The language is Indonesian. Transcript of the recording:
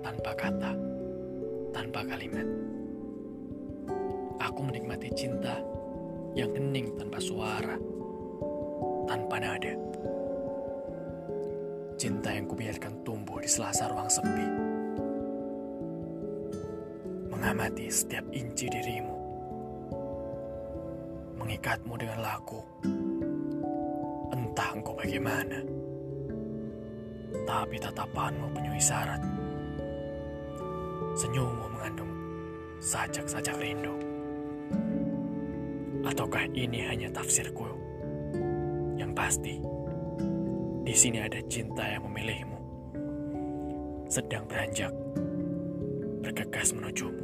tanpa kata, tanpa kalimat. Aku menikmati cinta yang hening tanpa suara, tanpa nada. Cinta yang kubiarkan tumbuh di sela-sela ruang sepi. Mengamati setiap inci dirimu. Mengikatmu dengan laku. Entah engkau bagaimana, tapi tatapanmu penuh isyarat. Senyummu mengandung sajak-sajak rindu. Ataukah ini hanya tafsirku? Yang pasti, di sini ada cinta yang memilihmu, sedang beranjak, bergegas menujumu.